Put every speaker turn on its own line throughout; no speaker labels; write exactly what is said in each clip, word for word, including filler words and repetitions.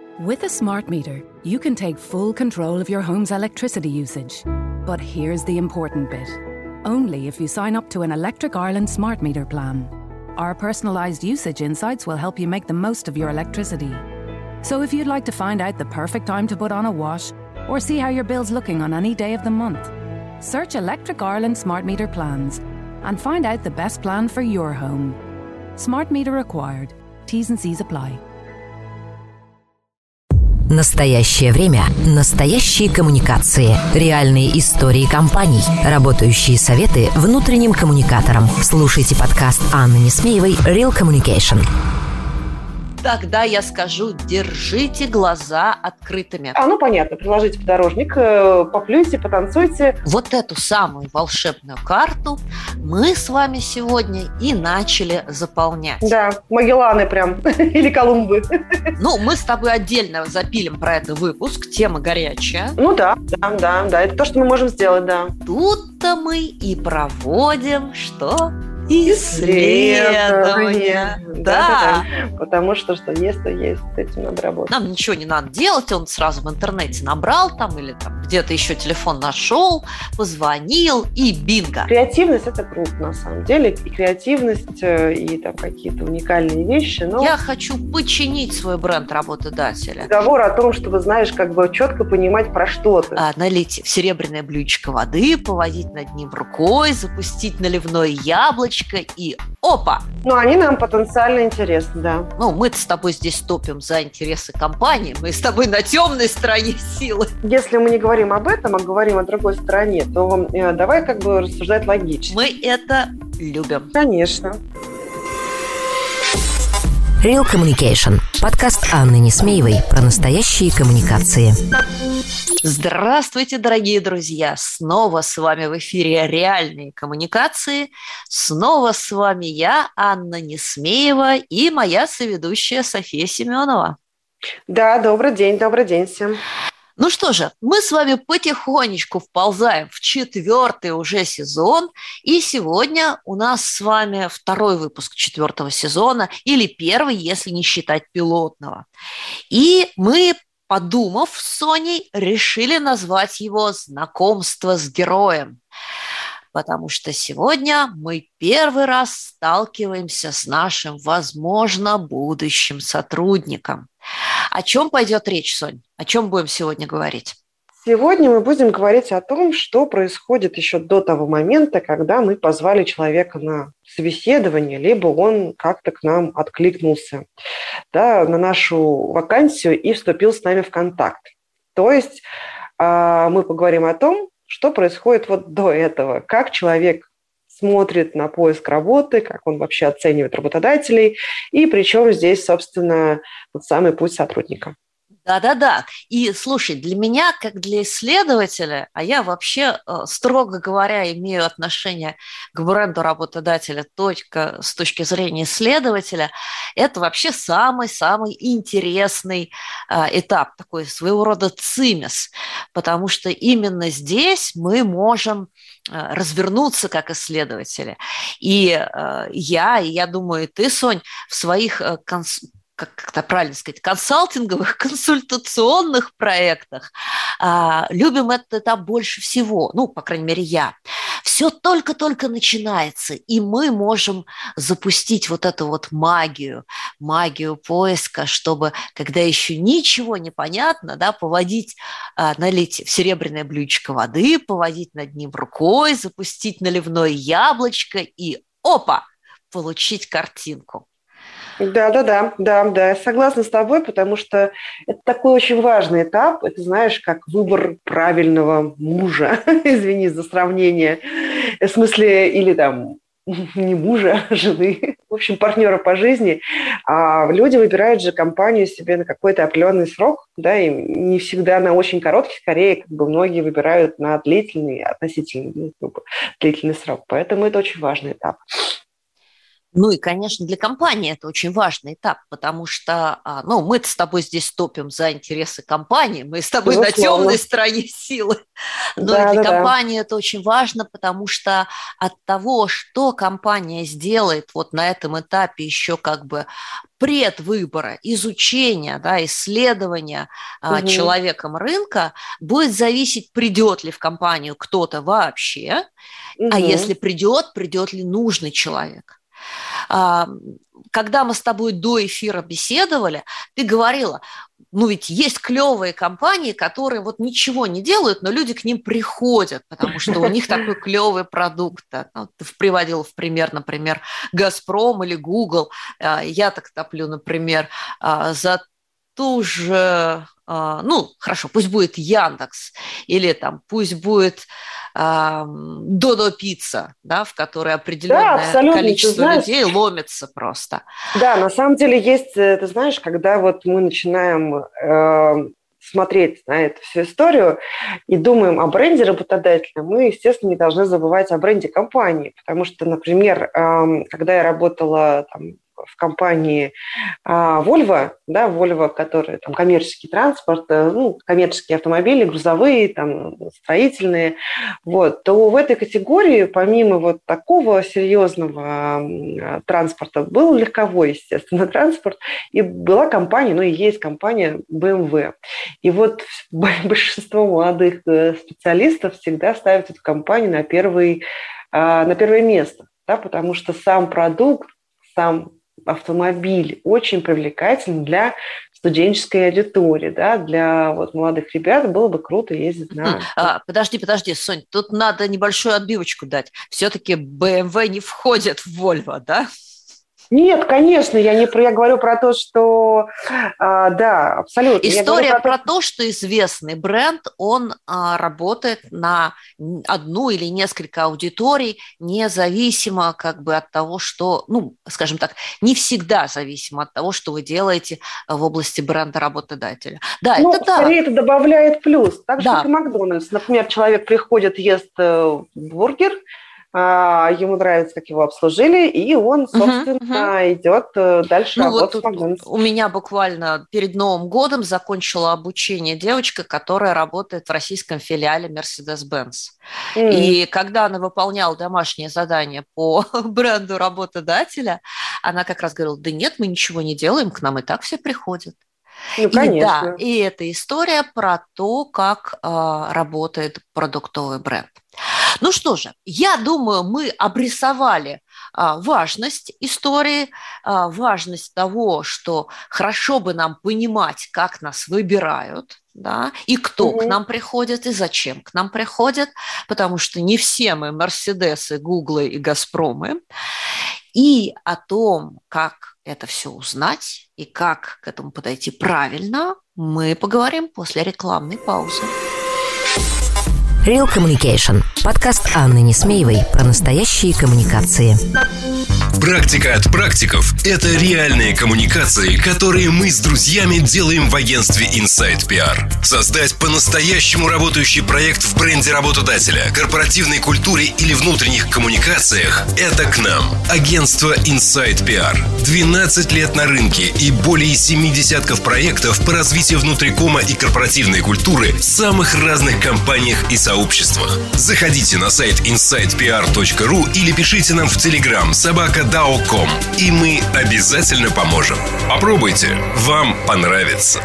With a smart meter, you can take full control of your home's electricity usage. But here's the important bit. Only if you sign up to an Electric Ireland smart meter plan. Our personalised usage insights will help you make the most of your electricity. So if you'd like to find out the perfect time to put on a wash or see how your bill's looking on any day of the month, search Electric Ireland smart meter plans and find out the best plan for your home. Smart meter required. T's and C's apply.
Настоящее время. Настоящие коммуникации. Реальные истории компаний. Работающие советы внутренним коммуникаторам. Слушайте подкаст Анны Несмеевой «Real Communication».
Тогда я скажу, держите глаза открытыми.
А, ну понятно, приложите подорожник, поплюйте, потанцуйте.
Вот эту самую волшебную карту мы с вами сегодня и начали заполнять.
Да, Магелланы прям, или Колумбы.
Ну, мы с тобой отдельно запилим про это выпуск, тема горячая.
Ну да, да, да, да, это то, что мы можем сделать, да.
Тут-то мы и проводим что? Исследования.
Да, да, да. Потому что что есть, то есть. С этим надо работать.
Нам ничего не надо делать. Он сразу в интернете набрал там или там где-то еще телефон нашел, позвонил и бинго.
Креативность – это круто, на самом деле. И креативность, и там какие-то уникальные вещи. Но...
Я хочу починить свой бренд работодателя.
Разговор о том, чтобы, знаешь, как бы четко понимать, про что ты.
А, налить в серебряное блюдечко воды, поводить над ним рукой, запустить наливное яблочко и опа!
Ну, они нам потенциально интересны, да.
Ну, мы-то с тобой здесь топим за интересы компании, мы с тобой на темной стороне силы.
Если мы не говорим об этом, а говорим о другой стороне, то э, давай как бы рассуждать логично.
Мы это любим.
Конечно.
Real Communication. Подкаст Анны Несмеевой про настоящие коммуникации.
Здравствуйте, дорогие друзья! Снова с вами в эфире «Реальные коммуникации». Снова с вами я, Анна Несмеева, и моя соведущая София Семенова.
Да, добрый день, добрый день всем.
Ну что же, мы с вами потихонечку вползаем в четвертый уже сезон, и сегодня у нас с вами второй выпуск четвертого сезона, или первый, если не считать пилотного. И мы, подумав с Соней, решили назвать его «Знакомство с героем», потому что сегодня мы первый раз сталкиваемся с нашим, возможно, будущим сотрудником. О чем пойдет речь, Сонь? О чем будем сегодня говорить?
Сегодня мы будем говорить о том, что происходит еще до того момента, когда мы позвали человека на собеседование, либо он как-то к нам откликнулся, да, на нашу вакансию и вступил с нами в контакт. То есть мы поговорим о том, что происходит вот до этого, как человек смотрит на поиск работы, как он вообще оценивает работодателей, и причем здесь, собственно, вот самый путь сотрудника.
Да-да-да. И, слушай, для меня, как для исследователя, а я вообще, строго говоря, имею отношение к бренду работодателя только с точки зрения исследователя, это вообще самый-самый интересный этап, такой своего рода цимес, потому что именно здесь мы можем развернуться как исследователи. И я, и я думаю, и ты, Сонь, в своих консультациях, как это правильно сказать, консалтинговых, консультационных проектах а, любим этот этап больше всего, ну, по крайней мере, я. Все только-только начинается, и мы можем запустить вот эту вот магию, магию поиска, чтобы, когда еще ничего не понятно, да, поводить, а, налить в серебряное блюдечко воды, поводить над ним рукой, запустить наливное яблочко и опа, получить картинку.
Да, да, да, да, да, я согласна с тобой, потому что это такой очень важный этап. Это, знаешь, как выбор правильного мужа, извини за сравнение, в смысле, или там не мужа, а жены, в общем, партнера по жизни. А люди выбирают же компанию себе на какой-то определенный срок, да, и не всегда на очень короткий, скорее, как бы многие выбирают на длительный, относительно длительный срок. Поэтому это очень важный этап.
Ну и, конечно, для компании это очень важный этап, потому что, ну, мы-то с тобой здесь топим за интересы компании, мы с тобой Безусловно. на темной стороне силы, но да, и для да, компании да. это очень важно, потому что от того, что компания сделает вот на этом этапе еще как бы предвыбора, изучения, да, исследования угу. человеком рынка, будет зависеть, придет ли в компанию кто-то вообще, угу. а если придет, придет ли нужный человек. Когда мы с тобой до эфира беседовали, ты говорила, ну ведь есть клевые компании, которые вот ничего не делают, но люди к ним приходят, потому что у них такой клевый продукт. Ну, ты приводила в пример, например, «Газпром» или «Google». Я так топлю, например, за ту же... Ну, хорошо, пусть будет Яндекс, или там пусть будет э, Додо Пицца, да, в которой определенное да, количество знаешь, людей ломится просто.
Да, на самом деле есть, ты знаешь, когда вот мы начинаем э, смотреть на эту всю историю и думаем о бренде работодателя, мы, естественно, не должны забывать о бренде компании, потому что, например, э, когда я работала там, в компании а, Volvo, да, Volvo, который там коммерческий транспорт, ну, коммерческие автомобили, грузовые, там, строительные, вот, то в этой категории, помимо вот такого серьезного транспорта, был легковой, естественно, транспорт, и была компания, ну, и есть компания бэ эм вэ. И вот большинство молодых специалистов всегда ставят эту компанию на, первый, на первое место, да, потому что сам продукт, сам автомобиль очень привлекательный для студенческой аудитории, да, для вот молодых ребят было бы круто ездить на...
А, подожди, подожди, Сонь, тут надо небольшую отбивочку дать. Все-таки бэ эм вэ не входит в Volvo, да?
Нет, конечно, я не про, я говорю про то, что а, да, абсолютно.
История
про,
про то, то, что известный бренд, он а, работает на одну или несколько аудиторий, независимо как бы от того, что, ну, скажем так, не всегда зависимо от того, что вы делаете в области бренда работодателя. Да,
ну,
это да.
Скорее это добавляет плюс. Так же,
да.
как и Макдональдс. Например, человек приходит, ест бургер, ему нравится, как его обслужили, и он, собственно, uh-huh, uh-huh. идет дальше ну, работать
вот
в Макдональдс.
У меня буквально перед Новым годом закончила обучение девочка, которая работает в российском филиале Mercedes-Benz. Mm. И когда она выполняла домашнее задание по бренду работодателя, она как раз говорила, да нет, мы ничего не делаем, к нам и так все приходят.
Ну, конечно.
И да, и это история про то, как э, работает продуктовый бренд. Ну что же, я думаю, мы обрисовали а, важность истории, а, важность того, что хорошо бы нам понимать, как нас выбирают, да, и кто угу. к нам приходит, и зачем к нам приходит, потому что не все мы Мерседесы, Гуглы и Газпромы, и о том, как это все узнать и как к этому подойти правильно, мы поговорим после рекламной паузы.
Real Communication. Подкаст Анны Несмеевой про настоящие коммуникации.
Практика от практиков – это реальные коммуникации, которые мы с друзьями делаем в агентстве Inside пи ар. Создать по-настоящему работающий проект в бренде работодателя, корпоративной культуре или внутренних коммуникациях – это к нам. Агентство Inside пи ар. двенадцать лет на рынке и более семи десятков проектов по развитию внутрикома и корпоративной культуры в самых разных компаниях и сообществах. Заходите на сайт инсайд пи ар точка ру или пишите нам в Telegram собака дао точка ком, и мы обязательно поможем. Попробуйте, вам понравится.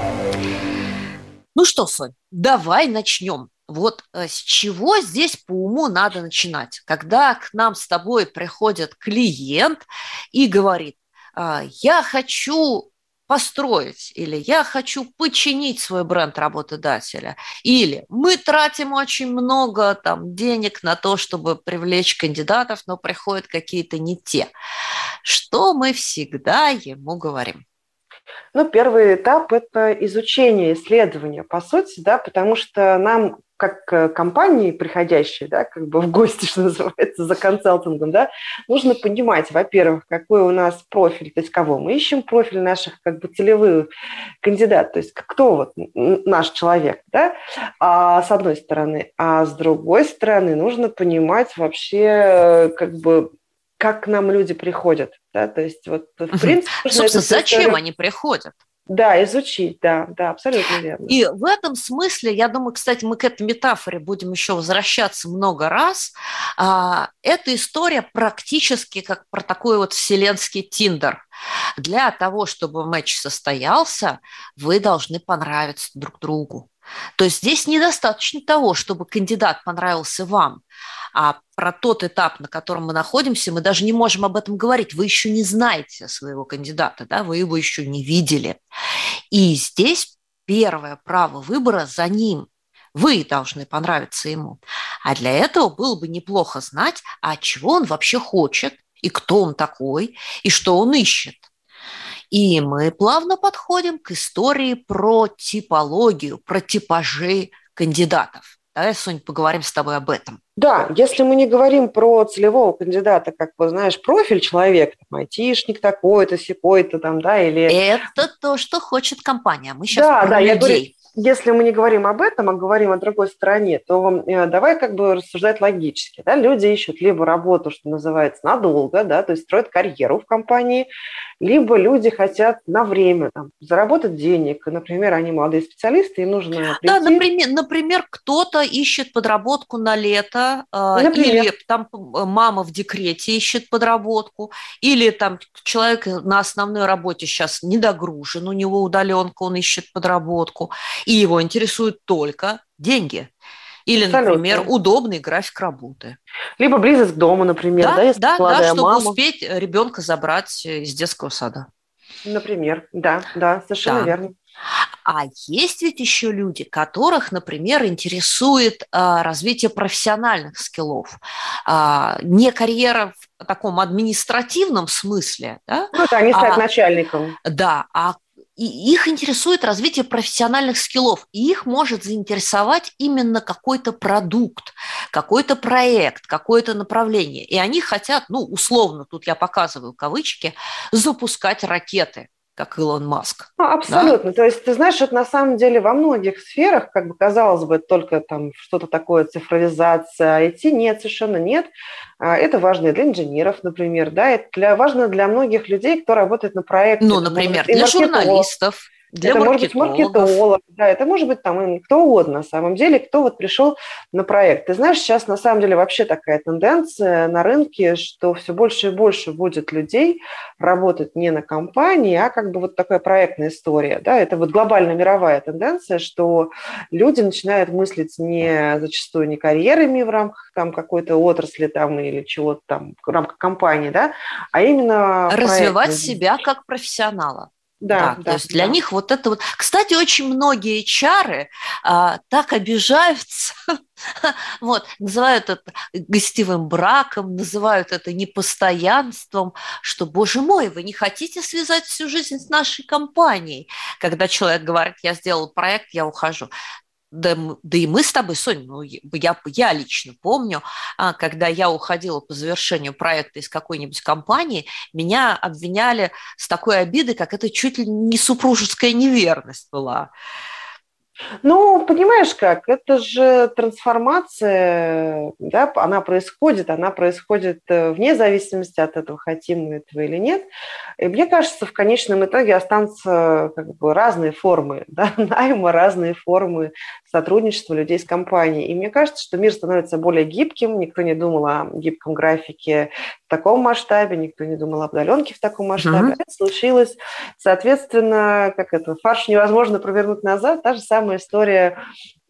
Ну что, Сонь, давай начнем. Вот с чего здесь по уму надо начинать? Когда к нам с тобой приходит клиент и говорит, я хочу построить, или я хочу починить свой бренд работодателя, или мы тратим очень много там, денег на то, чтобы привлечь кандидатов, но приходят какие-то не те. Что мы всегда ему говорим?
Ну, первый этап – это изучение, исследование, по сути, да, потому что нам, как компании, приходящие, да, как бы в гости, что называется, за консалтингом, да, нужно понимать, во-первых, какой у нас профиль, то есть кого мы ищем, профиль наших как бы целевых кандидатов, то есть кто вот наш человек, да, а, с одной стороны, а с другой стороны нужно понимать вообще как бы как к нам люди приходят. Да? То есть, вот, в принципе...
Собственно, зачем историю... они приходят?
Да, изучить, да, да, абсолютно верно.
И в этом смысле, я думаю, кстати, мы к этой метафоре будем еще возвращаться много раз. А, эта история практически как про такой вот вселенский Тиндер. Для того, чтобы матч состоялся, вы должны понравиться друг другу. То есть здесь недостаточно того, чтобы кандидат понравился вам, а про тот этап, на котором мы находимся, мы даже не можем об этом говорить. Вы еще не знаете своего кандидата, да? Вы его еще не видели. И здесь первое право выбора за ним. Вы должны понравиться ему. А для этого было бы неплохо знать, а чего он вообще хочет, и кто он такой, и что он ищет. И мы плавно подходим к истории про типологию, про типажи кандидатов. Давай, Сонь, поговорим с тобой об этом.
Да, если мы не говорим про целевого кандидата, как, вот, знаешь, профиль человека, там, айтишник такой-то, сякой-то там, да, или...
Это то, что хочет компания. Мы сейчас
да,
про
да,
людей.
Я говорю, если мы не говорим об этом, а говорим о другой стороне, то э, давай как бы рассуждать логически. Да? Люди ищут либо работу, что называется, надолго, да, то есть строят карьеру в компании, либо люди хотят на время там, заработать денег. Например, они молодые специалисты, им нужно прийти...
Да, например, например, кто-то ищет подработку на лето, э, или там мама в декрете ищет подработку, или там человек на основной работе сейчас недогружен, у него удаленка, он ищет подработку, и его интересуют только деньги. Или, абсолютно, например, удобный график работы.
Либо близость к дому, например.
Да,
да, если
да, да, чтобы
мама.
успеть ребенка забрать из детского сада.
Например, да, да, совершенно да. верно.
А есть ведь еще люди, которых, например, интересует а, развитие профессиональных скиллов. А, не карьера в таком административном смысле. Да,
ну да, не стать
а,
начальником.
Да, а и их интересует развитие профессиональных скиллов, и их может заинтересовать именно какой-то продукт, какой-то проект, какое-то направление. И они хотят, ну, условно, тут я показываю кавычки, запускать ракеты, как Илон Маск.
Ну, абсолютно. Да? То есть, ты знаешь, это на самом деле во многих сферах, как бы казалось бы, только там что-то такое, цифровизация, ай ти, нет, совершенно нет. Это важно для инженеров, например, да, это для, важно для многих людей, кто работает на проекте.
Ну, например, для журналистов. Для
это может быть маркетолог, да, это может быть там кто угодно на самом деле, кто вот пришел на проект. Ты знаешь, сейчас на самом деле вообще такая тенденция на рынке, что все больше и больше будет людей работать не на компании, а как бы вот такая проектная история. Да? Это вот глобальная мировая тенденция, что люди начинают мыслить не зачастую не карьерами в рамках там какой-то отрасли там, или чего-то там в рамках компании, да, а именно
развивать
проектной.
Себя как профессионала.
Да,
да,
да,
то есть для
да.
них вот это вот... Кстати, очень многие эйч ар а, так обижаются, вот, называют это гостевым браком, называют это непостоянством, что, боже мой, вы не хотите связать всю жизнь с нашей компанией, когда человек говорит, я сделал проект, я ухожу. Да, да и мы с тобой, Соня, ну, я, я лично помню, когда я уходила по завершению проекта из какой-нибудь компании, меня обвиняли с такой обидой, как это чуть ли не супружеская неверность была.
Ну, понимаешь как, это же трансформация, да, она происходит, она происходит вне зависимости от этого, хотим мы этого или нет. И мне кажется, в конечном итоге останутся как бы разные формы, да, найма, разные формы сотрудничества людей с компанией. И мне кажется, что мир становится более гибким, никто не думал о гибком графике в таком масштабе, никто не думал об удаленке в таком масштабе. Mm-hmm. Это случилось, соответственно, как это, фарш невозможно провернуть назад, та же самая история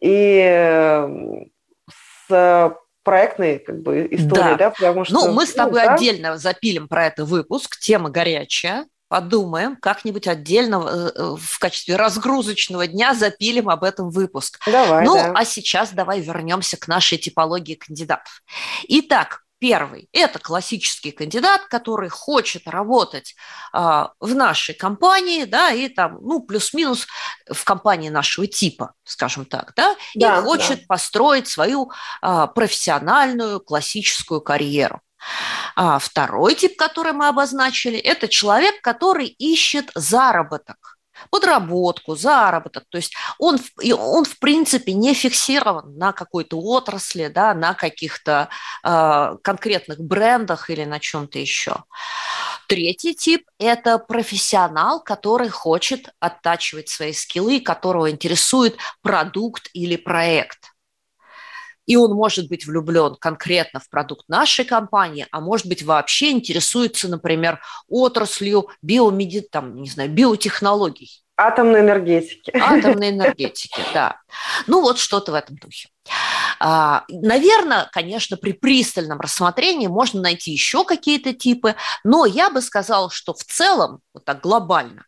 и с проектной как бы историей, да,
да
потому что...
Ну, мы с тобой
ну, да?
отдельно запилим про это выпуск, тема горячая, подумаем, как-нибудь отдельно в качестве разгрузочного дня запилим об этом выпуск.
Давай,
ну,
да.
а сейчас давай вернемся к нашей типологии кандидатов. Итак, первый – это классический кандидат, который хочет работать а, в нашей компании, да, и там, ну, плюс-минус в компании нашего типа, скажем так, да,
да
и хочет
да.
построить свою а, профессиональную классическую карьеру. А второй тип, который мы обозначили, это человек, который ищет заработок. подработку, заработок. То есть он, он в принципе, не фиксирован на какой-то отрасли, да, на каких-то э, конкретных брендах или на чем-то еще. Третий тип – это профессионал, который хочет оттачивать свои скиллы, которого интересует продукт или проект. И он может быть влюблен конкретно в продукт нашей компании, а может быть вообще интересуется, например, отраслью биомеди... там, не знаю, биотехнологий.
Атомной энергетики.
Атомной энергетики, да. Ну вот что-то в этом духе. Наверное, конечно, при пристальном рассмотрении можно найти еще какие-то типы, но я бы сказала, что в целом, вот так глобально,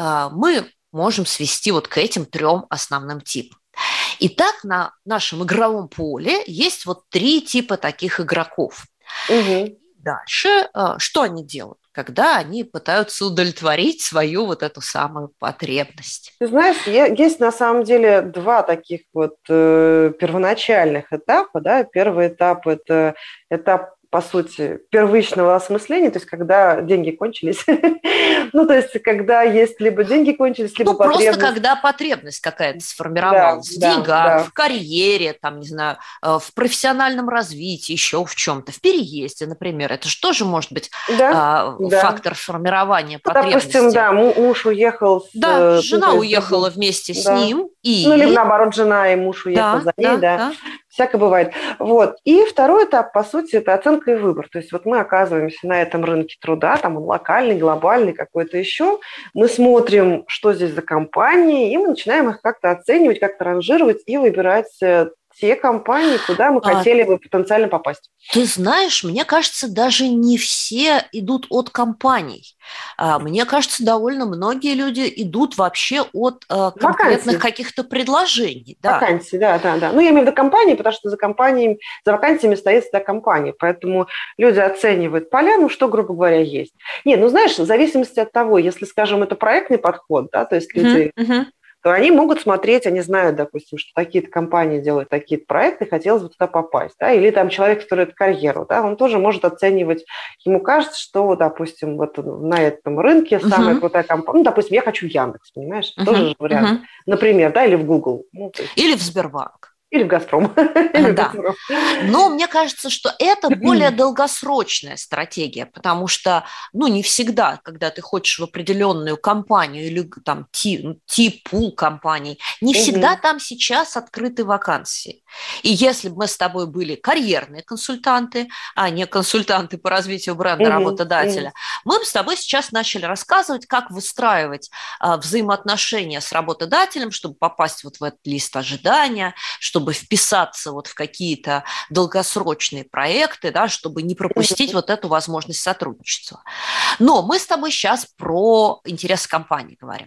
мы можем свести вот к этим трем основным типам. Итак, на нашем игровом поле есть вот три типа таких игроков.
Угу.
Дальше что они делают, когда они пытаются удовлетворить свою вот эту самую потребность?
Ты знаешь, есть на самом деле два таких вот э, первоначальных этапа. Да? Первый этап – это этап, по сути, первичного осмысления, то есть когда деньги кончились. Ну, то есть когда есть либо деньги кончились, либо
ну,
потребность.
Ну, просто когда потребность какая-то сформировалась да, в деньгах, да, да. в карьере, там, не знаю, в профессиональном развитии, еще в чем-то, в переезде, например. Это же тоже может быть да, а, да. фактор формирования потребности.
Допустим, да, муж уехал. С,
да, жена ну, уехала есть, вместе да. с ним. И...
Ну, либо наоборот, жена и муж уехал да, за ней, да. да. да. Всякое бывает. Вот. И второй этап, по сути, это оценка и выбор. То есть вот мы оказываемся на этом рынке труда, там он локальный, глобальный, какой-то еще. Мы смотрим, что здесь за компании, и мы начинаем их как-то оценивать, как-то ранжировать и выбирать те компании, куда мы а, хотели бы потенциально попасть.
Ты знаешь, мне кажется, даже не все идут от компаний. Мне кажется, довольно многие люди идут вообще от конкретных вакансий. Каких-то предложений.
Да. Вакансии, да, да, да. Ну, я имею в виду компании, потому что за компаниями, за вакансиями стоит всегда компания, поэтому люди оценивают поля, ну, что, грубо говоря, есть. Нет, ну, знаешь, в зависимости от того, если, скажем, это проектный подход, да, то есть люди... Uh-huh, uh-huh. то они могут смотреть, они знают, допустим, что такие-то компании делают такие-то проекты, хотелось бы туда попасть. Да? Или там человек строит карьеру, да? Он тоже может оценивать, ему кажется, что, допустим, вот на этом рынке самая uh-huh. крутая компания, ну, допустим, я хочу в Яндекс, понимаешь, uh-huh. тоже вариант. Uh-huh. Например, да, или в Google. Ну, есть...
Или в Сбербанк.
Или в «Газпром».
Да. Но мне кажется, что это более долгосрочная стратегия, потому что, ну, не всегда, когда ты хочешь в определенную компанию или там тип, пул компаний, не всегда там сейчас открыты вакансии. И если бы мы с тобой были карьерные консультанты, а не консультанты по развитию бренда работодателя, мы бы с тобой сейчас начали рассказывать, как выстраивать взаимоотношения с работодателем, чтобы попасть вот в этот лист ожидания, чтобы чтобы вписаться вот в какие-то долгосрочные проекты, да, чтобы не пропустить вот эту возможность сотрудничества. Но мы с тобой сейчас про интересы компании говорим.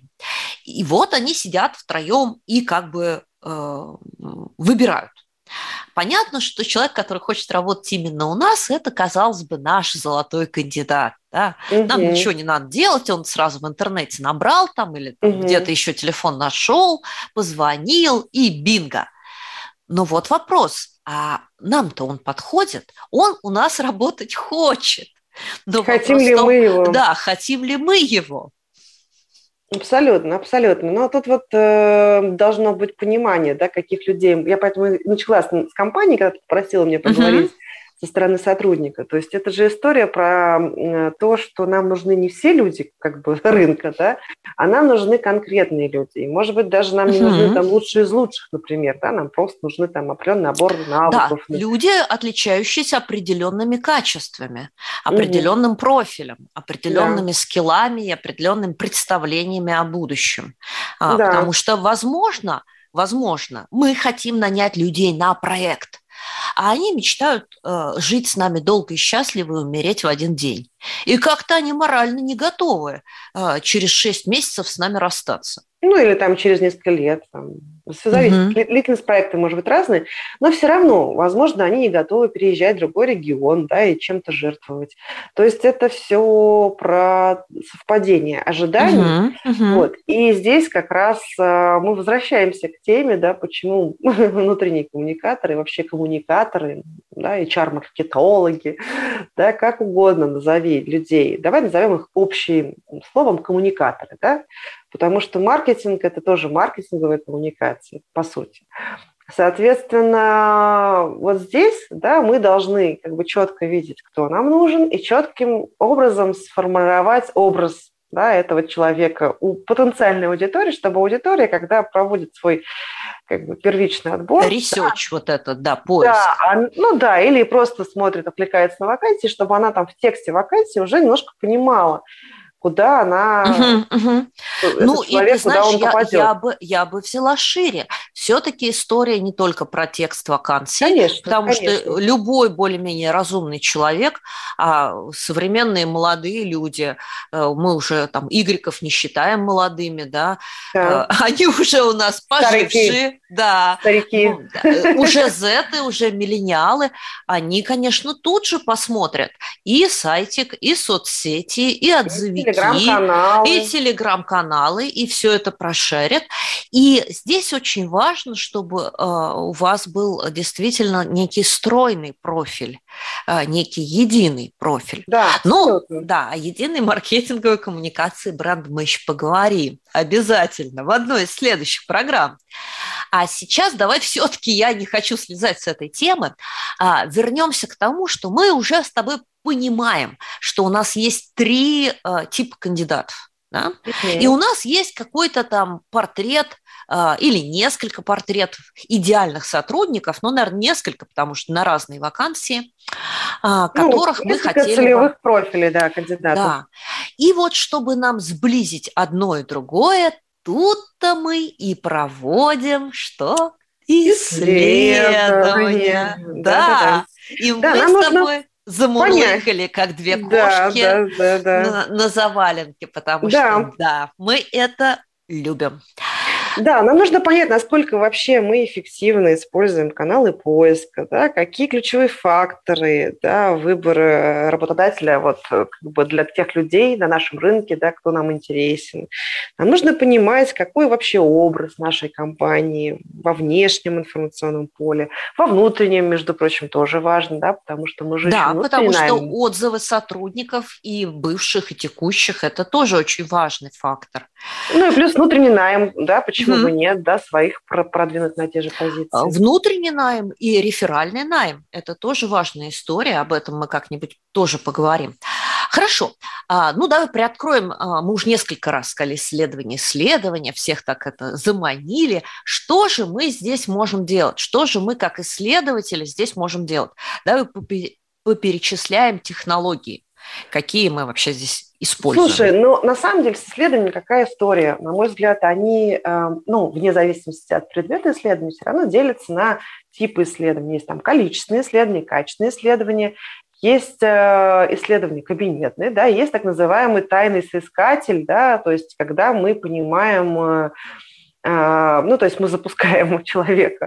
И вот они сидят втроем и как бы э, выбирают. Понятно, что человек, который хочет работать именно у нас, это, казалось бы, наш золотой кандидат. Да? Угу. Нам ничего не надо делать, он сразу в интернете набрал там или там, угу. где-то еще телефон нашел, позвонил и бинго. Но вот вопрос, а нам-то он подходит? Он у нас работать хочет. Но
хотим ли том, мы его?
Да, хотим ли мы его?
Абсолютно, абсолютно. Но тут вот э, должно быть понимание, да, каких людей. Я поэтому начала с, с компании, когда ты попросила меня поговорить uh-huh. со стороны сотрудника. То есть это же история про э, то, что нам нужны не все люди как бы рынка, да, а нам нужны конкретные люди. И, может быть, даже нам не uh-huh. нужны там лучшие из лучших, например, да, нам просто нужны там определенный набор навыков.
Да, люди, отличающиеся определенными качествами, определенным uh-huh. профилем, определенными да. скиллами и определенным представлениями о будущем. Да. Потому что, возможно, возможно, мы хотим нанять людей на проект, а они мечтают э, жить с нами долго и счастливо и умереть в один день. И как-то они морально не готовы э, через шесть месяцев с нами расстаться.
Ну, или там через несколько лет. Там. Все зависит. Uh-huh. Длительность проекта может быть разной, но все равно, возможно, они не готовы переезжать в другой регион, да, и чем-то жертвовать. То есть это все про совпадение ожиданий. Uh-huh. Uh-huh. Вот. И здесь как раз а, мы возвращаемся к теме, да, почему внутренние коммуникаторы, вообще коммуникаторы, да, эйч ар-маркетологи, да, как угодно назови категорий людей, давай назовем их общим словом коммуникаторы, да? Потому что маркетинг – это тоже маркетинговая коммуникация, по сути. Соответственно, вот здесь, да, мы должны как бы четко видеть, кто нам нужен, и четким образом сформировать образ, да, этого человека у потенциальной аудитории, чтобы аудитория, когда проводит свой как бы первичный отбор...
Ресерч да, вот этот, да, поиск. Да,
а, ну да, или просто смотрит, отвлекается на вакансии, чтобы она там в тексте вакансии уже немножко понимала, куда она,
угу, угу. Ну,
человек,
и, ты знаешь,
куда он
я,
попадет.
Я бы, я бы взяла шире. Все-таки история не только про текст вакансий, конечно, потому конечно. что любой более-менее разумный человек, а современные молодые люди, мы уже там игреков не считаем молодыми, да, да. Они уже у нас пожившие, да,
Старики.
Ну, уже зеты, уже миллениалы, они, конечно, тут же посмотрят и сайтик, и соцсети, и отзывики.
Телеграм-каналы.
И телеграм-каналы, и все это прошерят. И здесь очень важно, чтобы э, у вас был действительно некий стройный профиль, э, некий единый профиль.
Да,
ну, да, о единой маркетинговой коммуникации бренда мы еще поговорим обязательно в одной из следующих программ. А сейчас давай все-таки, я не хочу слезать с этой темы, а, вернемся к тому, что мы уже с тобой понимаем, что у нас есть три э, типа кандидатов. Да? Okay. И у нас есть какой-то там портрет э, или несколько портретов идеальных сотрудников, ну, наверное, несколько, потому что на разные вакансии, э, которых ну, мы хотели...
целевых профилей, да, кандидатов.
Да. И вот чтобы нам сблизить одно и другое, тут-то мы и проводим что? Исследования. Да, да, да. И да, мы с тобой... Нужно... замурлыкали, как две кошки да, да, да, да. На, на заваленке, потому да. что, да, мы это любим.
Да, нам нужно понять, насколько вообще мы эффективно используем каналы поиска, да, какие ключевые факторы, да, выбора работодателя вот, как бы для тех людей на нашем рынке, да, кто нам интересен. Нам нужно понимать, какой вообще образ нашей компании во внешнем информационном поле, во внутреннем, между прочим, тоже важно, да, потому что мы же
да,
еще
потому что отзывы сотрудников и бывших, и текущих – это тоже очень важный фактор.
Ну и плюс внутренний найм, да, почему Почему бы нет, да, своих продвинуть на те же позиции.
Внутренний найм и реферальный найм – это тоже важная история, об этом мы как-нибудь тоже поговорим. Хорошо, ну давай приоткроем, мы уже несколько раз сказали исследования, исследования, всех так это заманили. Что же мы здесь можем делать? Что же мы как исследователи здесь можем делать? Давай поперечисляем технологии. Какие мы вообще здесь используем?
Слушай, ну, на самом деле с исследованием какая история? На мой взгляд, они, э, ну, вне зависимости от предмета исследования, все равно делятся на типы исследований. Есть там количественные исследования, качественные исследования, есть э, исследования кабинетные, да, есть так называемый тайный соискатель, да, то есть когда мы понимаем... Э, Ну, то есть мы запускаем у человека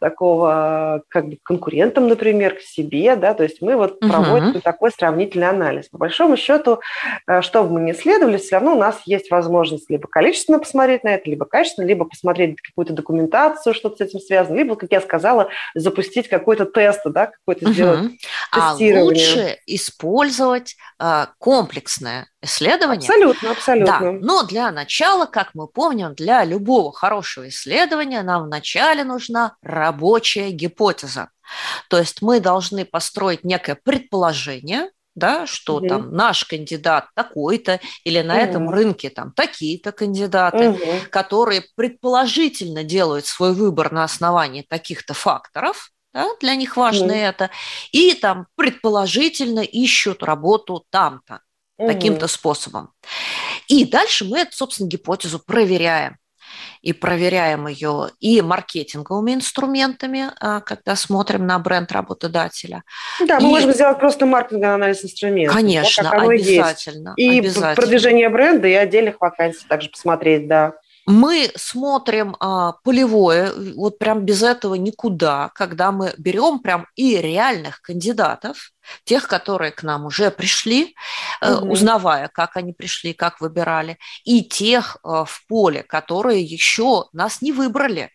такого как бы конкурентом, например, к себе, да, то есть мы вот uh-huh. проводим такой сравнительный анализ. По большому счету, что бы мы ни исследовали, все равно у нас есть возможность либо количественно посмотреть на это, либо качественно, либо посмотреть какую-то документацию, что-то с этим связано, либо, как я сказала, запустить какой-то тест, да, какой-то сделать uh-huh. тестирование.
А лучше использовать э, комплексное исследование.
Абсолютно, абсолютно.
Да, но для начала, как мы помним, для любого хорошего исследования нам вначале нужна рабочая гипотеза. То есть мы должны построить некое предположение, да, что угу. там наш кандидат такой-то, или на угу. этом рынке там такие-то кандидаты, угу. которые предположительно делают свой выбор на основании таких-то факторов. Да, для них важно mm. это. И там предположительно ищут работу там-то, mm. таким-то способом. И дальше мы эту, собственно, гипотезу проверяем. И проверяем ее и маркетинговыми инструментами, когда смотрим на бренд работодателя.
Да,
и...
мы можем сделать просто маркетинговый анализ инструментов.
Конечно,
да,
обязательно.
И
обязательно.
продвижение бренда, и отдельных вакансий также посмотреть, да.
Мы смотрим а, полевое, вот прям без этого никуда, когда мы берем прям и реальных кандидатов, тех, которые к нам уже пришли, угу. э, узнавая, как они пришли, как выбирали, и тех э, в поле, которые еще нас не выбрали,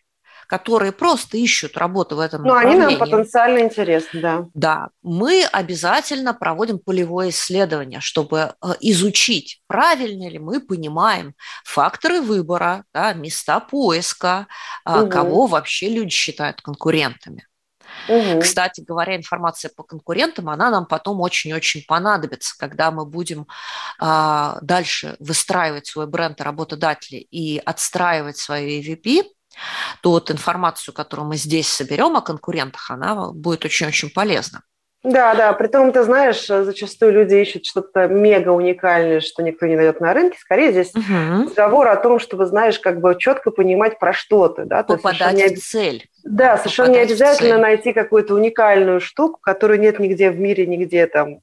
которые просто ищут работу в этом
Но
направлении.
они нам потенциально интересны, да.
Да, мы обязательно проводим полевое исследование, чтобы изучить, правильно ли мы понимаем факторы выбора, да, места поиска, угу. кого вообще люди считают конкурентами. Угу. Кстати говоря, информация по конкурентам, она нам потом очень-очень понадобится, когда мы будем а, дальше выстраивать свой бренд работодателя и отстраивать свои и ви пи, то вот информацию, которую мы здесь соберем о конкурентах, она будет очень-очень полезна.
Да, да, притом, ты знаешь, зачастую люди ищут что-то мега уникальное, что никто не найдет на рынке. Скорее здесь угу. разговор о том, чтобы, знаешь, как бы четко понимать, про что ты. Да?
Попадать
в
не... цель.
Да, совершенно не обязательно найти какую-то уникальную штуку, которую нет нигде в мире, нигде там.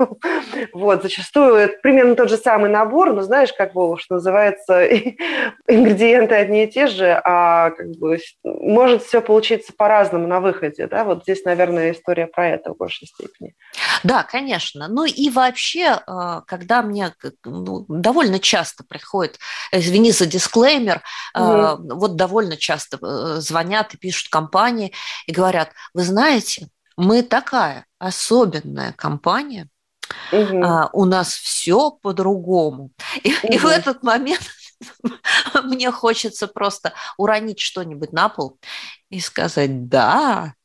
Вот, зачастую это примерно тот же самый набор, но знаешь, как бы, что называется, ингредиенты одни и те же, а как бы может все получиться по-разному на выходе, да, вот здесь, наверное, история про это в большей степени.
Да, конечно. Ну и вообще, когда мне ну, довольно часто приходит, извини за дисклеймер, угу. вот довольно часто звонят и пишут компании и говорят, вы знаете, мы такая особенная компания, угу. а, у нас все по-другому. И, угу. и в этот момент мне хочется просто уронить что-нибудь на пол и сказать «да».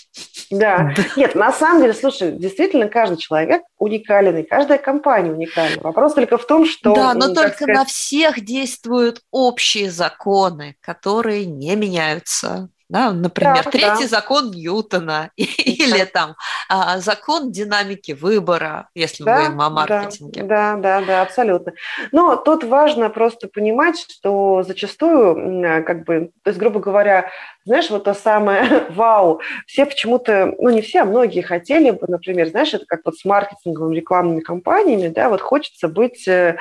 Да. Нет, на самом деле, слушай, действительно, каждый человек уникален, и каждая компания уникальна. Вопрос только в том, что...
Да, но
ну,
только
сказать...
на всех действуют общие законы, которые не меняются. Да, например, да, третий да. закон Ньютона или да. там а, закон динамики выбора, если да, мы говорим о маркетинге.
Да, да, да, да, абсолютно. Но тут важно просто понимать, что зачастую, как бы, то есть, грубо говоря, знаешь, вот то самое вау, все почему-то, ну не все, а многие хотели бы, например, знаешь, это как вот с маркетинговыми рекламными кампаниями, да, вот хочется быть, э,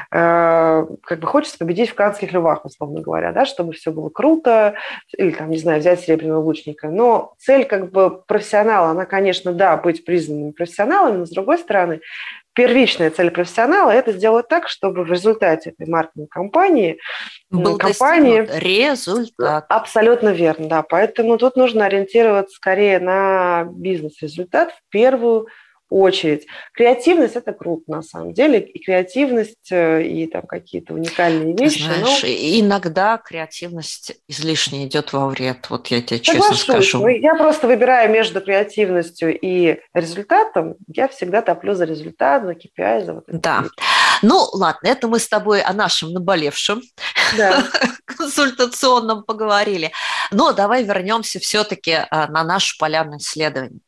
как бы хочется победить в Каннских львах, условно говоря, да, чтобы все было круто, или там, не знаю, взять серебряного лучника. Но цель как бы профессионала, она, конечно, да, быть признанными профессионалами, но с другой стороны, первичная цель профессионала – это сделать так, чтобы в результате этой маркетинговой кампании
был
компании...
результат.
Абсолютно верно, да. Поэтому тут нужно ориентироваться скорее на бизнес-результат в первую очередь. Креативность – это круто, на самом деле. И креативность, и там какие-то уникальные вещи.
Знаешь, но... иногда креативность излишне идет во вред. Вот я тебе честно скажу.
Я просто выбираю между креативностью и результатом. Я всегда топлю за результат, за кей пи ай, за вот это.
Да. Ну, ладно, это мы с тобой о нашем наболевшем да. консультационном поговорили. Но давай вернемся все-таки на наше полярное исследование.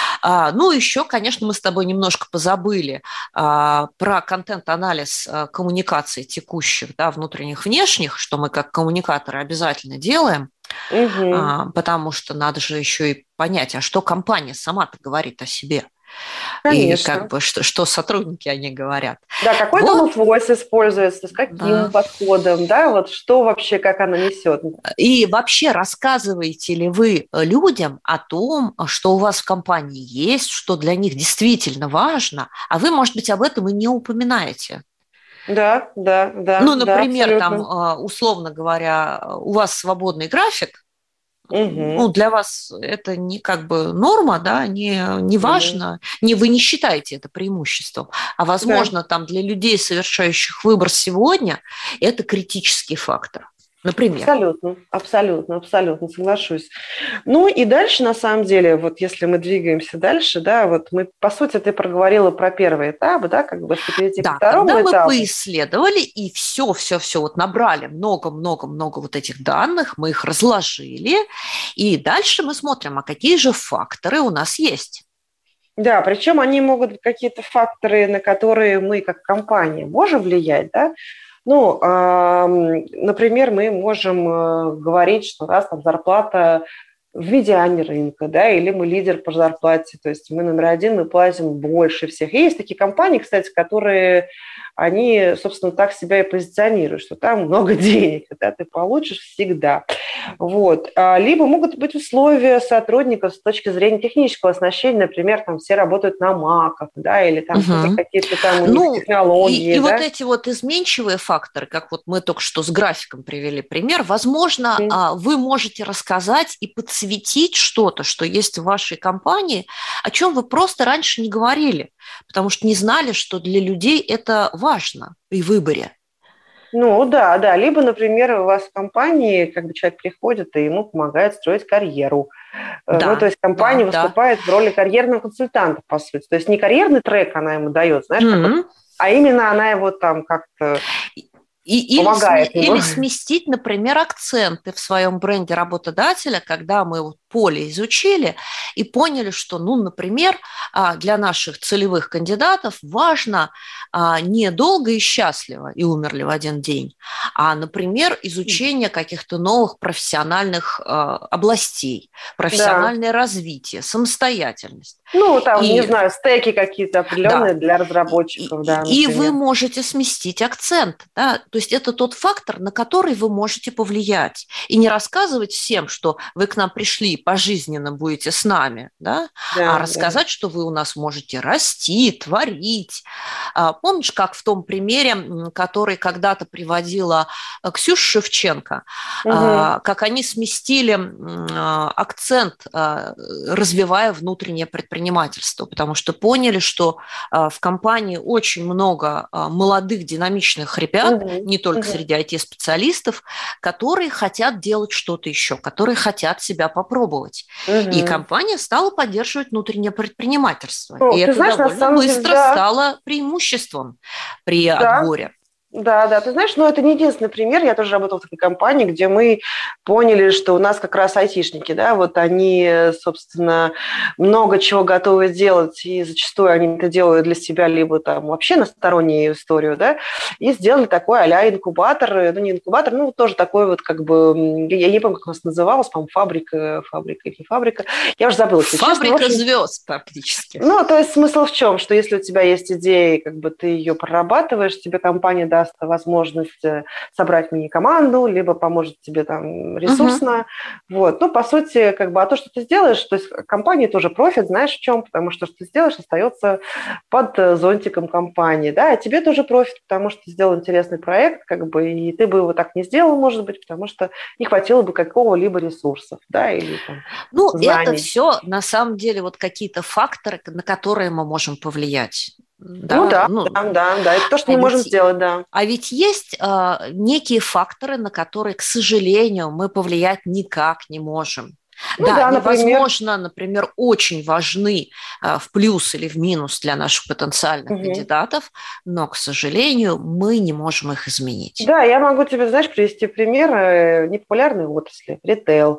Ну, еще, конечно, мы с тобой немножко позабыли про контент-анализ коммуникаций текущих, да, внутренних, внешних, что мы как коммуникаторы обязательно делаем, угу. потому что надо же еще и понять, а что компания сама-то говорит о себе.
Конечно.
И как бы что, что сотрудники о ней говорят.
Да, какой вот. Tone of voice используется, с каким да. подходом, да, вот что вообще, как она несет.
И вообще рассказываете ли вы людям о том, что у вас в компании есть, что для них действительно важно, а вы, может быть, об этом и не упоминаете?
Да, да, да.
Ну, например,
да,
там, условно говоря, у вас свободный график,
Угу.
ну, для вас это не как бы норма, да, не, не важно, угу. не, вы не считаете это преимуществом, а, возможно, да. там для людей, совершающих выбор сегодня, это критический фактор. Например.
Абсолютно, абсолютно, абсолютно соглашусь. Ну и дальше, на самом деле, вот если мы двигаемся дальше, да, вот мы, по сути, ты проговорила про первый этап, да, как бы, что перейти
да,
к второму
этапу. Да,
этапу.
мы поисследовали и все-все-все вот набрали много-много-много вот этих данных, мы их разложили, и дальше мы смотрим, а какие же факторы у нас есть.
Да, причем они могут быть какие-то факторы, на которые мы, как компания, можем влиять, да. Ну, например, мы можем говорить, что у нас там зарплата в медиане рынка, да, или мы лидер по зарплате, то есть мы номер один, мы платим больше всех. И есть такие компании, кстати, которые они, собственно, так себя и позиционируют, что там много денег, да, ты получишь всегда. Вот. Либо могут быть условия сотрудников с точки зрения технического оснащения, например, там все работают на маках, да, или там угу. какие-то там у них ну, технологии.
И, и
да?
вот эти вот изменчивые факторы, как вот мы только что с графиком привели пример, возможно, mm. вы можете рассказать и подсветить что-то, что есть в вашей компании, о чем вы просто раньше не говорили, потому что не знали, что для людей это важно при выборе.
Ну да, да. Либо, например, у вас в компании, как бы человек приходит, и ему помогает строить карьеру. Да, ну, то есть компания да, выступает да. в роли карьерного консультанта, по сути. То есть не карьерный трек она ему дает, знаешь, mm-hmm. как, а именно она его там как-то...
И, или, сме, или сместить, например, акценты в своем бренде работодателя, когда мы вот поле изучили и поняли, что, ну, например, для наших целевых кандидатов важно не долго и счастливо и умерли в один день, а, например, изучение каких-то новых профессиональных областей, профессиональное да. развитие, самостоятельность.
Ну, там, и, не знаю, стеки какие-то определенные да. для разработчиков.
И,
да,
и вы можете сместить акцент, да, то есть это тот фактор, на который вы можете повлиять. И не рассказывать всем, что вы к нам пришли, пожизненно будете с нами, да, да, а рассказать, да. что вы у нас можете расти, творить. Помнишь, как в том примере, который когда-то приводила Ксюша Шевченко, угу. как они сместили акцент, развивая внутреннее предпринимательство, потому что поняли, что в компании очень много молодых, динамичных ребят, угу. не только угу. среди ай ти-специалистов, которые хотят делать что-то еще, которые хотят себя попробовать. Угу. И компания стала поддерживать внутреннее предпринимательство.
Ну,
и это
знаешь,
довольно быстро деле, да. стало преимуществом при да. отборе.
Да, да, ты знаешь, но это не единственный пример. Я тоже работала в такой компании, где мы поняли, что у нас как раз айтишники, да, вот они, собственно, много чего готовы делать, и зачастую они это делают для себя, либо там вообще на стороннюю историю, да, и сделали такой а-ля инкубатор, ну, не инкубатор, ну, тоже такой вот, как бы, я не помню, как у нас называлось, по-моему, фабрика, фабрика или не фабрика, я уже забыла.
Фабрика честно, звезд практически.
Ну, то есть смысл в чем, что если у тебя есть идея, как бы ты ее прорабатываешь, тебе компания даст возможность собрать мини-команду, либо поможет тебе там ресурсно. Uh-huh. Вот. Ну, по сути, как бы, а то, что ты сделаешь, то есть компании тоже профит, знаешь, в чем? Потому что что ты сделаешь, остается под зонтиком компании, да, а тебе тоже профит, потому что ты сделал интересный проект, как бы, и ты бы его так не сделал, может быть, потому что не хватило бы какого-либо ресурсов, да, или там
Ну,
знаний.
Это все, на самом деле, вот какие-то факторы, на которые мы можем повлиять.
Да, ну да, ну, да, да, да, это то, что а мы ведь, можем сделать, да.
А ведь есть э, некие факторы, на которые, к сожалению, мы повлиять никак не можем. Ну, да, да, невозможно, например, например, очень важны э, в плюс или в минус для наших потенциальных угу. кандидатов, но, к сожалению, мы не можем их изменить.
Да, я могу тебе, знаешь, привести пример непопулярной отрасли, ритейл.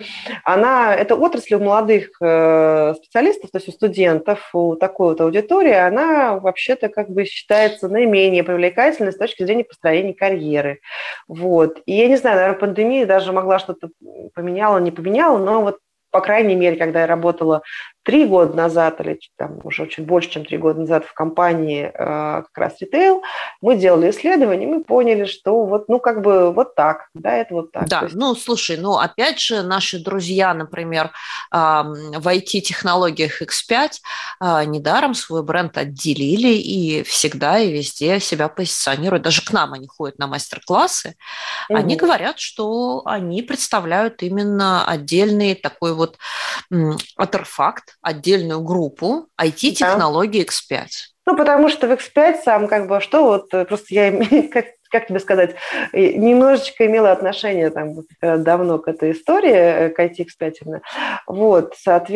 Она, это отрасль у молодых специалистов, то есть у студентов, у такой вот аудитории, она вообще-то как бы считается наименее привлекательной с точки зрения построения карьеры. Вот. И я не знаю, наверное, пандемия даже могла что-то поменяла, не поменяла, но вот, по крайней мере, когда я работала три года назад, или там, уже чуть больше, чем три года назад в компании э, как раз ритейл, мы делали исследования, мы поняли, что вот, ну, как бы вот так, да, это вот так.
Да,
есть...
ну, слушай, ну, опять же, наши друзья, например, э, в ай ти-технологиях икс пять э, недаром свой бренд отделили и всегда и везде себя позиционируют. Даже к нам они ходят на мастер-классы. Угу. Они говорят, что они представляют именно отдельный такой вот м, артефакт, отдельную группу ай ти-технологии икс пять.
Ну, потому что в икс пять сам как бы что вот, просто я, как, как тебе сказать, немножечко имела отношение там давно к этой истории, к ай ти икс пять. Вот,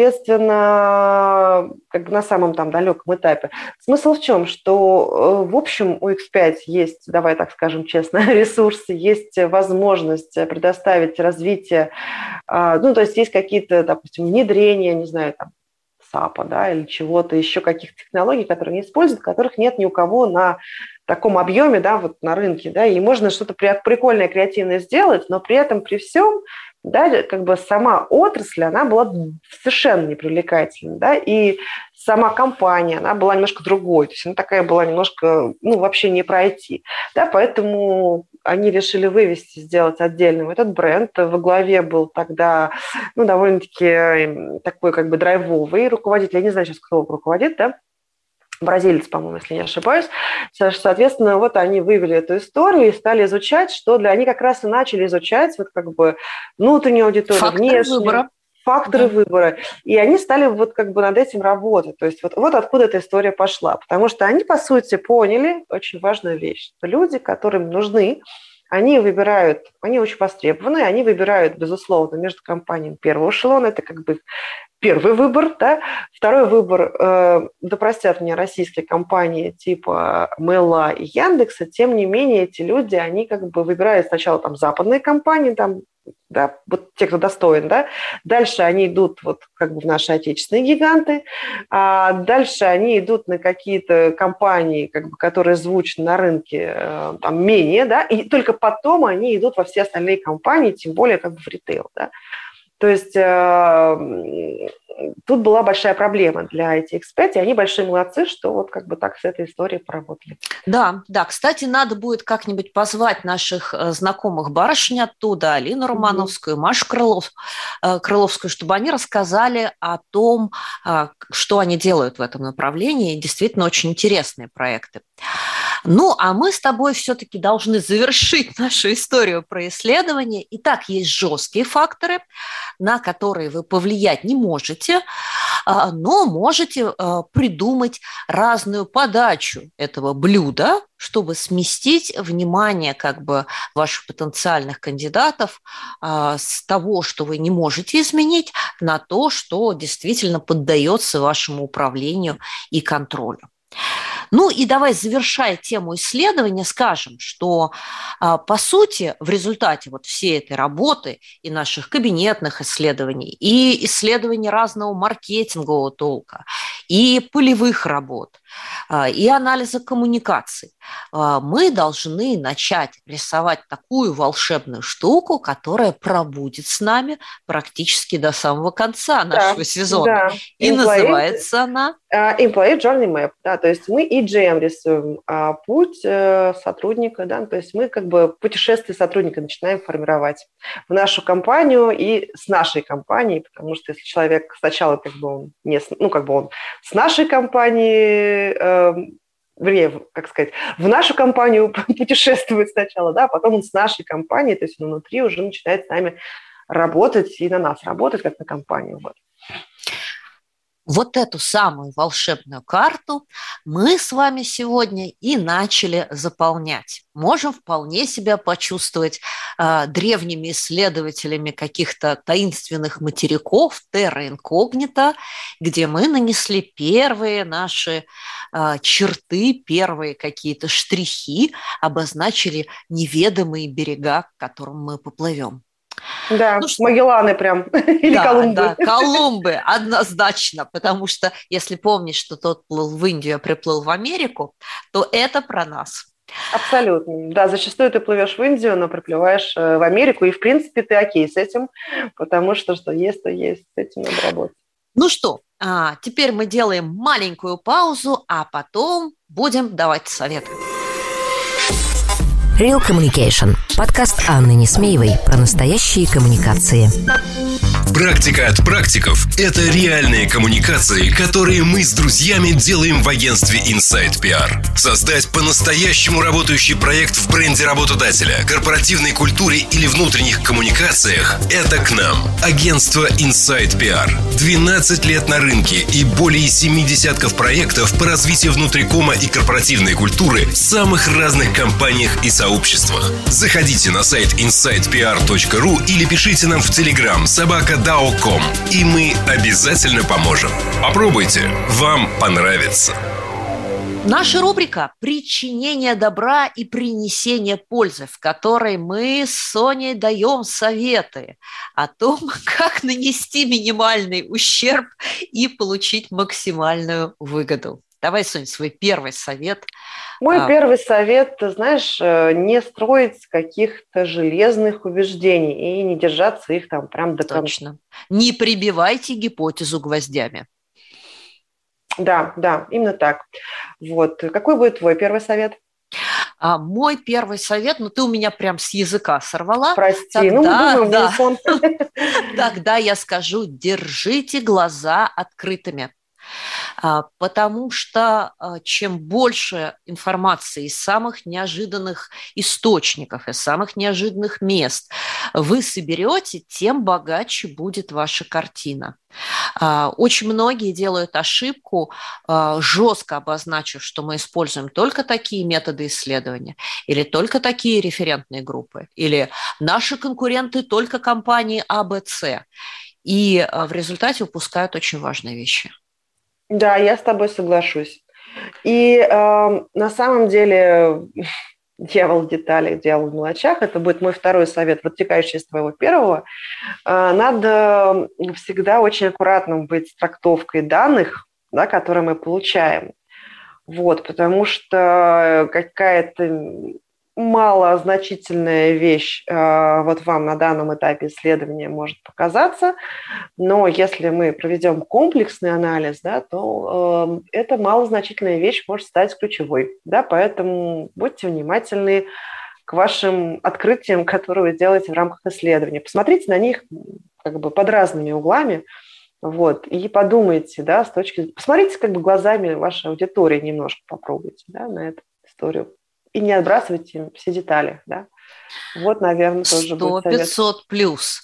соответственно, как бы на самом там далеком этапе. Смысл в чем? Что, в общем, у икс пять есть, давай так скажем честно, ресурсы, есть возможность предоставить развитие, ну, то есть есть какие-то, допустим, внедрения, не знаю, там, сапа, да, или чего-то, еще каких-то технологий, которые не используют, которых нет ни у кого на таком объеме, да, вот на рынке, да, и можно что-то прикольное, креативное сделать, но при этом, при всем, да, как бы сама отрасль, она была совершенно непривлекательна, да, и сама компания, она была немножко другой, то есть она такая была немножко, ну, вообще не пройти, да, поэтому они решили вывести, сделать отдельным этот бренд. Во главе был тогда, ну, довольно-таки такой, как бы, драйвовый руководитель, я не знаю сейчас, кто руководит, да, бразилец, по-моему, если не ошибаюсь. Соответственно, вот они вывели эту историю и стали изучать, что для... Они как раз и начали изучать вот как бы внутреннюю аудиторию,
факторы
внешнюю.
Выбора.
Факторы
да.
выбора. И они стали вот как бы над этим работать. То есть вот, вот откуда эта история пошла. Потому что они, по сути, поняли очень важную вещь. Что люди, которым нужны, они выбирают, они очень востребованы, они выбирают, безусловно, между компаниями первого эшелона, это как бы первый выбор, да. Второй выбор, э, да простят меня российские компании типа Мэйла и Яндекса, тем не менее эти люди, они как бы выбирают сначала там западные компании, там, да, вот те, кто достоин, да, дальше они идут вот как бы в наши отечественные гиганты, а дальше они идут на какие-то компании, как бы, которые звучны на рынке э, там менее, да, и только потом они идут во все остальные компании, тем более как бы в ритейл, да. То есть э, тут была большая проблема для ай ти экс пять, и они большие молодцы, что вот как бы так с этой историей поработали.
Да, да. Кстати, надо будет как-нибудь позвать наших знакомых барышень оттуда, Алину Романовскую, mm-hmm. Машу Крылов, Крыловскую, чтобы они рассказали о том, что они делают в этом направлении. Действительно, очень интересные проекты. Ну, а мы с тобой все-таки должны завершить нашу историю про исследование. Итак, есть жесткие факторы, на которые вы повлиять не можете, но можете придумать разную подачу этого блюда, чтобы сместить внимание как бы ваших потенциальных кандидатов с того, что вы не можете изменить, на то, что действительно поддается вашему управлению и контролю. Ну и давай, завершая тему исследования, скажем, что, по сути, в результате вот всей этой работы и наших кабинетных исследований, и исследований разного маркетингового толка, и полевых работ, и анализа коммуникаций, мы должны начать рисовать такую волшебную штуку, которая пробудет с нами практически до самого конца нашего да, сезона. Да. И employee, называется она...
Employee Journey Map. Да, то есть мы и джи эм рисуем а путь сотрудника, да, то есть мы как бы путешествие сотрудника начинаем формировать в нашу компанию и с нашей компанией, потому что если человек сначала как бы он не, ну как бы он с нашей компанией, э, вернее, как сказать, в нашу компанию путешествует сначала, да, а потом он с нашей компанией, то есть он внутри уже начинает с нами работать и на нас работать, как на компанию. Вот.
Вот эту самую волшебную карту мы с вами сегодня и начали заполнять. Можем вполне себя почувствовать э, древними исследователями каких-то таинственных материков, терра инкогнита, где мы нанесли первые наши э, черты, первые какие-то штрихи, обозначили неведомые берега, к которым мы поплывем.
Да, ну, Магелланы прям, или
да,
Колумбы.
Да, Колумбы, однозначно, потому что, если помнишь, что тот плыл в Индию, а приплыл в Америку, то это про нас.
Абсолютно, да, зачастую ты плывешь в Индию, но приплываешь в Америку, и, в принципе, ты окей с этим, потому что что есть, то есть, с этим надо работать.
Ну что, а, теперь мы делаем маленькую паузу, а потом будем давать советы.
Real Communication. Подкаст Анны Несмеевой про настоящие коммуникации.
Практика от практиков – это реальные коммуникации, которые мы с друзьями делаем в агентстве Inside пи ар. Создать по-настоящему работающий проект в бренде работодателя, корпоративной культуре или внутренних коммуникациях – это к нам. Агентство Inside пи ар. двенадцать лет на рынке и более семи десятков проектов по развитию внутрикома и корпоративной культуры в самых разных компаниях и сообществах. Заходите на сайт инсайд пи ар точка ру или пишите нам в Telegram собака дао точка ком, и мы обязательно поможем. Попробуйте, вам понравится.
Наша рубрика «Причинение добра и принесение пользы», в которой мы с Соней даем советы о том, как нанести минимальный ущерб и получить максимальную выгоду. Давай, Соня, свой первый совет.
Мой а... первый совет, ты знаешь, не строить каких-то железных убеждений и не держаться их там прям до конца.
Точно. Не прибивайте гипотезу гвоздями.
Да, да, именно так. Вот. Какой будет твой первый совет?
А мой первый совет, ну ты у меня прям с языка сорвала.
Прости,
тогда,
ну мы думаем,
да, тогда я скажу, держите глаза открытыми. Потому что чем больше информации из самых неожиданных источников, из самых неожиданных мест вы соберете, тем богаче будет ваша картина. Очень многие делают ошибку, жестко обозначив, что мы используем только такие методы исследования или только такие референтные группы, или наши конкуренты только компании А, Б, С. И в результате упускают очень важные вещи.
Да, я с тобой соглашусь. И э, на самом деле дьявол в деталях, дьявол в мелочах. Это будет мой второй совет, вытекающий из твоего первого. Э, надо всегда очень аккуратным быть с трактовкой данных, да, которые мы получаем. Вот, потому что какая-то малозначительная вещь э, вот вам на данном этапе исследования может показаться, но если мы проведем комплексный анализ, да, то э, эта малозначительная вещь может стать ключевой. Да, поэтому будьте внимательны к вашим открытиям, которые вы делаете в рамках исследования. Посмотрите на них как бы под разными углами, вот, и подумайте, да, с точки... Посмотрите как бы глазами вашей аудитории немножко, попробуйте, да, на эту историю. И не отбрасывайте все детали, да. Вот, наверное, тоже будет совет.
сто пятьсот плюс.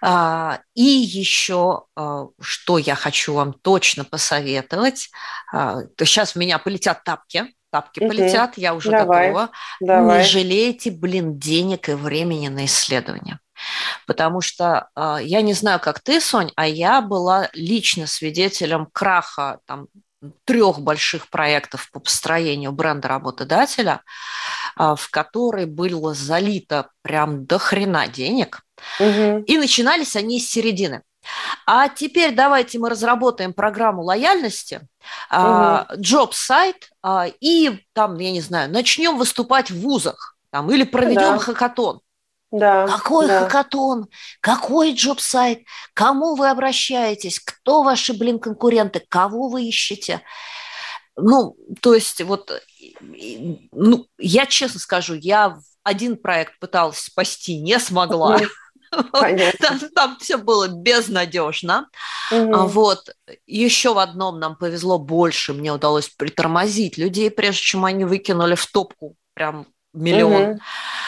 И еще, что я хочу вам точно посоветовать. Сейчас в меня полетят тапки. Тапки угу. полетят, я уже
Давай.
готова.
Давай.
Не жалейте, блин, денег и времени на исследование. Потому что я не знаю, как ты, Сонь, а я была лично свидетелем краха там, трех больших проектов по построению бренда работодателя, в который было залито прям до хрена денег. Угу. И начинались они с середины. А теперь давайте мы разработаем программу лояльности, джоб-сайт, угу. и там, я не знаю, начнем выступать в вузах там, или проведем да. хакатон.
Да,
Какой
да.
хакатон? Какой джоб-сайт? Кому вы обращаетесь? Кто ваши, блин, конкуренты? Кого вы ищете? Ну, то есть вот, ну, я честно скажу, я один проект пыталась спасти, не смогла. Там, там все было безнадежно. Mm-hmm. Вот. Еще в одном нам повезло больше. Мне удалось притормозить людей, прежде чем они выкинули в топку прям миллион. Mm-hmm.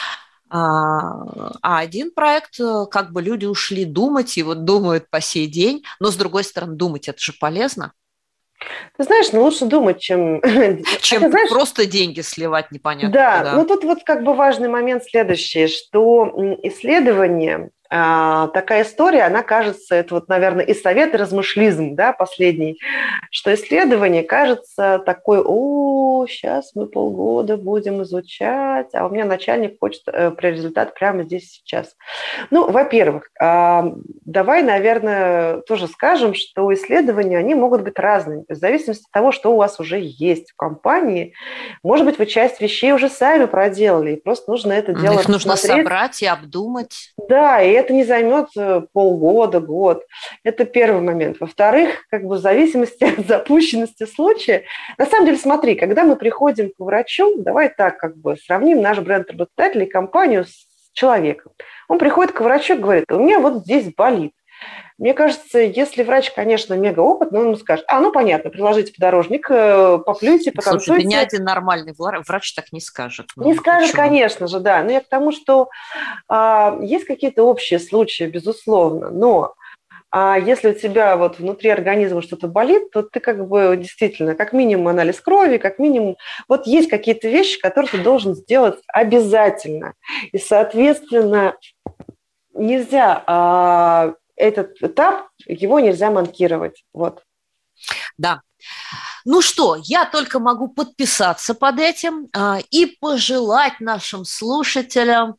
А один проект, как бы люди ушли думать, и вот думают по сей день, но, с другой стороны, думать это же полезно.
Ты знаешь, ну лучше думать, чем...
Чем
ты знаешь,
просто деньги сливать непонятно
да,
куда.
Ну тут вот как бы важный момент следующий, что исследование, такая история, она кажется, это вот, наверное, и совет, и размышлизм, да, последний, что исследование кажется такой, о, сейчас мы полгода будем изучать, а у меня начальник хочет при результат прямо здесь сейчас. Ну, во-первых, давай, наверное, тоже скажем, что исследования, они могут быть разными, в зависимости от того, что у вас уже есть в компании. Может быть, вы часть вещей уже сами проделали, и просто нужно это дело
Их нужно собрать и обдумать.
Да, и это не займет полгода, год. Это первый момент. Во-вторых, как бы в зависимости от запущенности случая. На самом деле, смотри, когда мы приходим к врачу, давай так как бы сравним наш бренд работодателя и компанию с человеком. Он приходит к врачу и говорит, у меня вот здесь болит. Мне кажется, если врач, конечно, мега опытный, он ему скажет, а, ну, понятно, приложите подорожник, поплюйте, потанцуйте.
Слушай, да ни один нормальный врач так не скажет. Ну,
не скажет,
почему?
Конечно же, да. Но я к тому, что а, есть какие-то общие случаи, безусловно, но а если у тебя вот внутри организма что-то болит, то ты как бы действительно, как минимум анализ крови, как минимум, вот есть какие-то вещи, которые ты должен сделать обязательно. И, соответственно, нельзя... А, этот этап, его нельзя манкировать. Вот.
Да. Ну что, я только могу подписаться под этим а, и пожелать нашим слушателям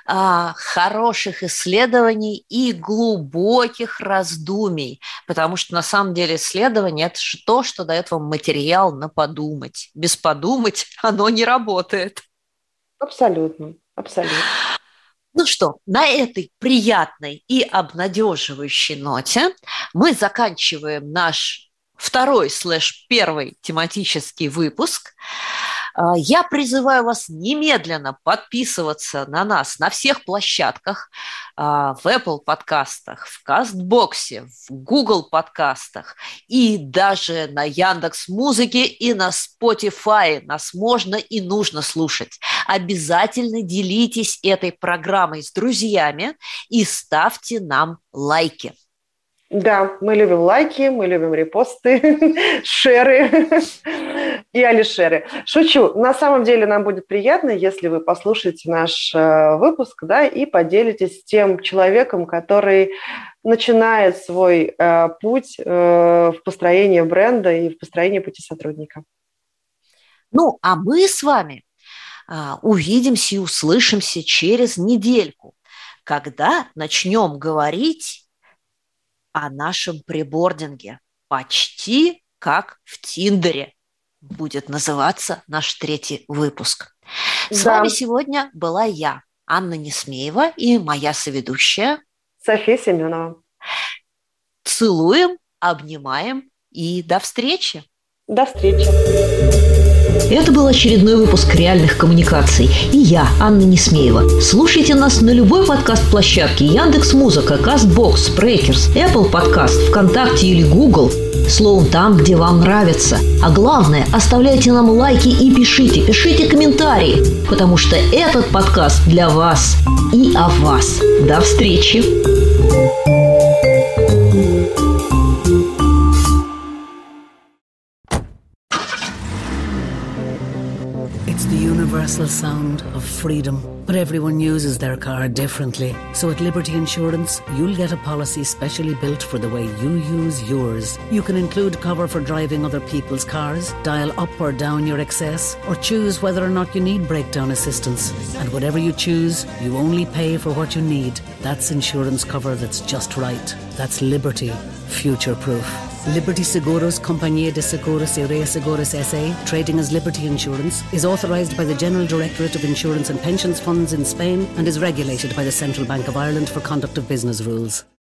а, хороших исследований и глубоких раздумий, потому что на самом деле исследование – это же то, что дает вам материал на подумать. Без подумать оно не работает.
Абсолютно, абсолютно.
Ну что, на этой приятной и обнадеживающей ноте мы заканчиваем наш второй слэш первый тематический выпуск. Я призываю вас немедленно подписываться на нас на всех площадках, в Apple подкастах, в Кастбоксе, в Google подкастах и даже на Яндекс.Музыке и на Spotify. Нас можно и нужно слушать. Обязательно делитесь этой программой с друзьями и ставьте нам лайки.
Да, мы любим лайки, мы любим репосты, шеры и алишеры. Шучу. На самом деле нам будет приятно, если вы послушаете наш э, выпуск, да, и поделитесь с тем человеком, который начинает свой э, путь э, в построении бренда и в построении пути сотрудника.
Ну, а мы с вами э, увидимся и услышимся через недельку, когда начнем говорить о нашем прибординге. Почти как в Тиндере будет называться наш третий выпуск. Да. С вами сегодня была я, Анна Несмеева, и моя соведущая
София Семенова.
Целуем, обнимаем и до встречи.
До встречи.
Это был очередной выпуск «Реальных коммуникаций». И я, Анна Несмеева. Слушайте нас на любой подкаст-площадке: Яндекс.Музыка, Кастбокс, Breakers, Apple Podcast, ВКонтакте или Google. Словом, там, где вам нравится. А главное, оставляйте нам лайки и пишите, пишите комментарии, потому что этот подкаст для вас и о вас. До встречи!
It's the universal sound of freedom, but everyone uses their car differently. So at Liberty Insurance, you'll get a policy specially built for the way you use yours. You can include cover for driving other people's cars, dial up or down your excess, or choose whether or not you need breakdown assistance. And whatever you choose, you only pay for what you need. That's insurance cover that's just right. That's Liberty, future-proof. Liberty Seguros Compañía de Seguros y Reaseguros S A, trading as Liberty Insurance, is authorised by the General Directorate of Insurance and Pensions Funds in Spain and is regulated by the Central Bank of Ireland for conduct of business rules.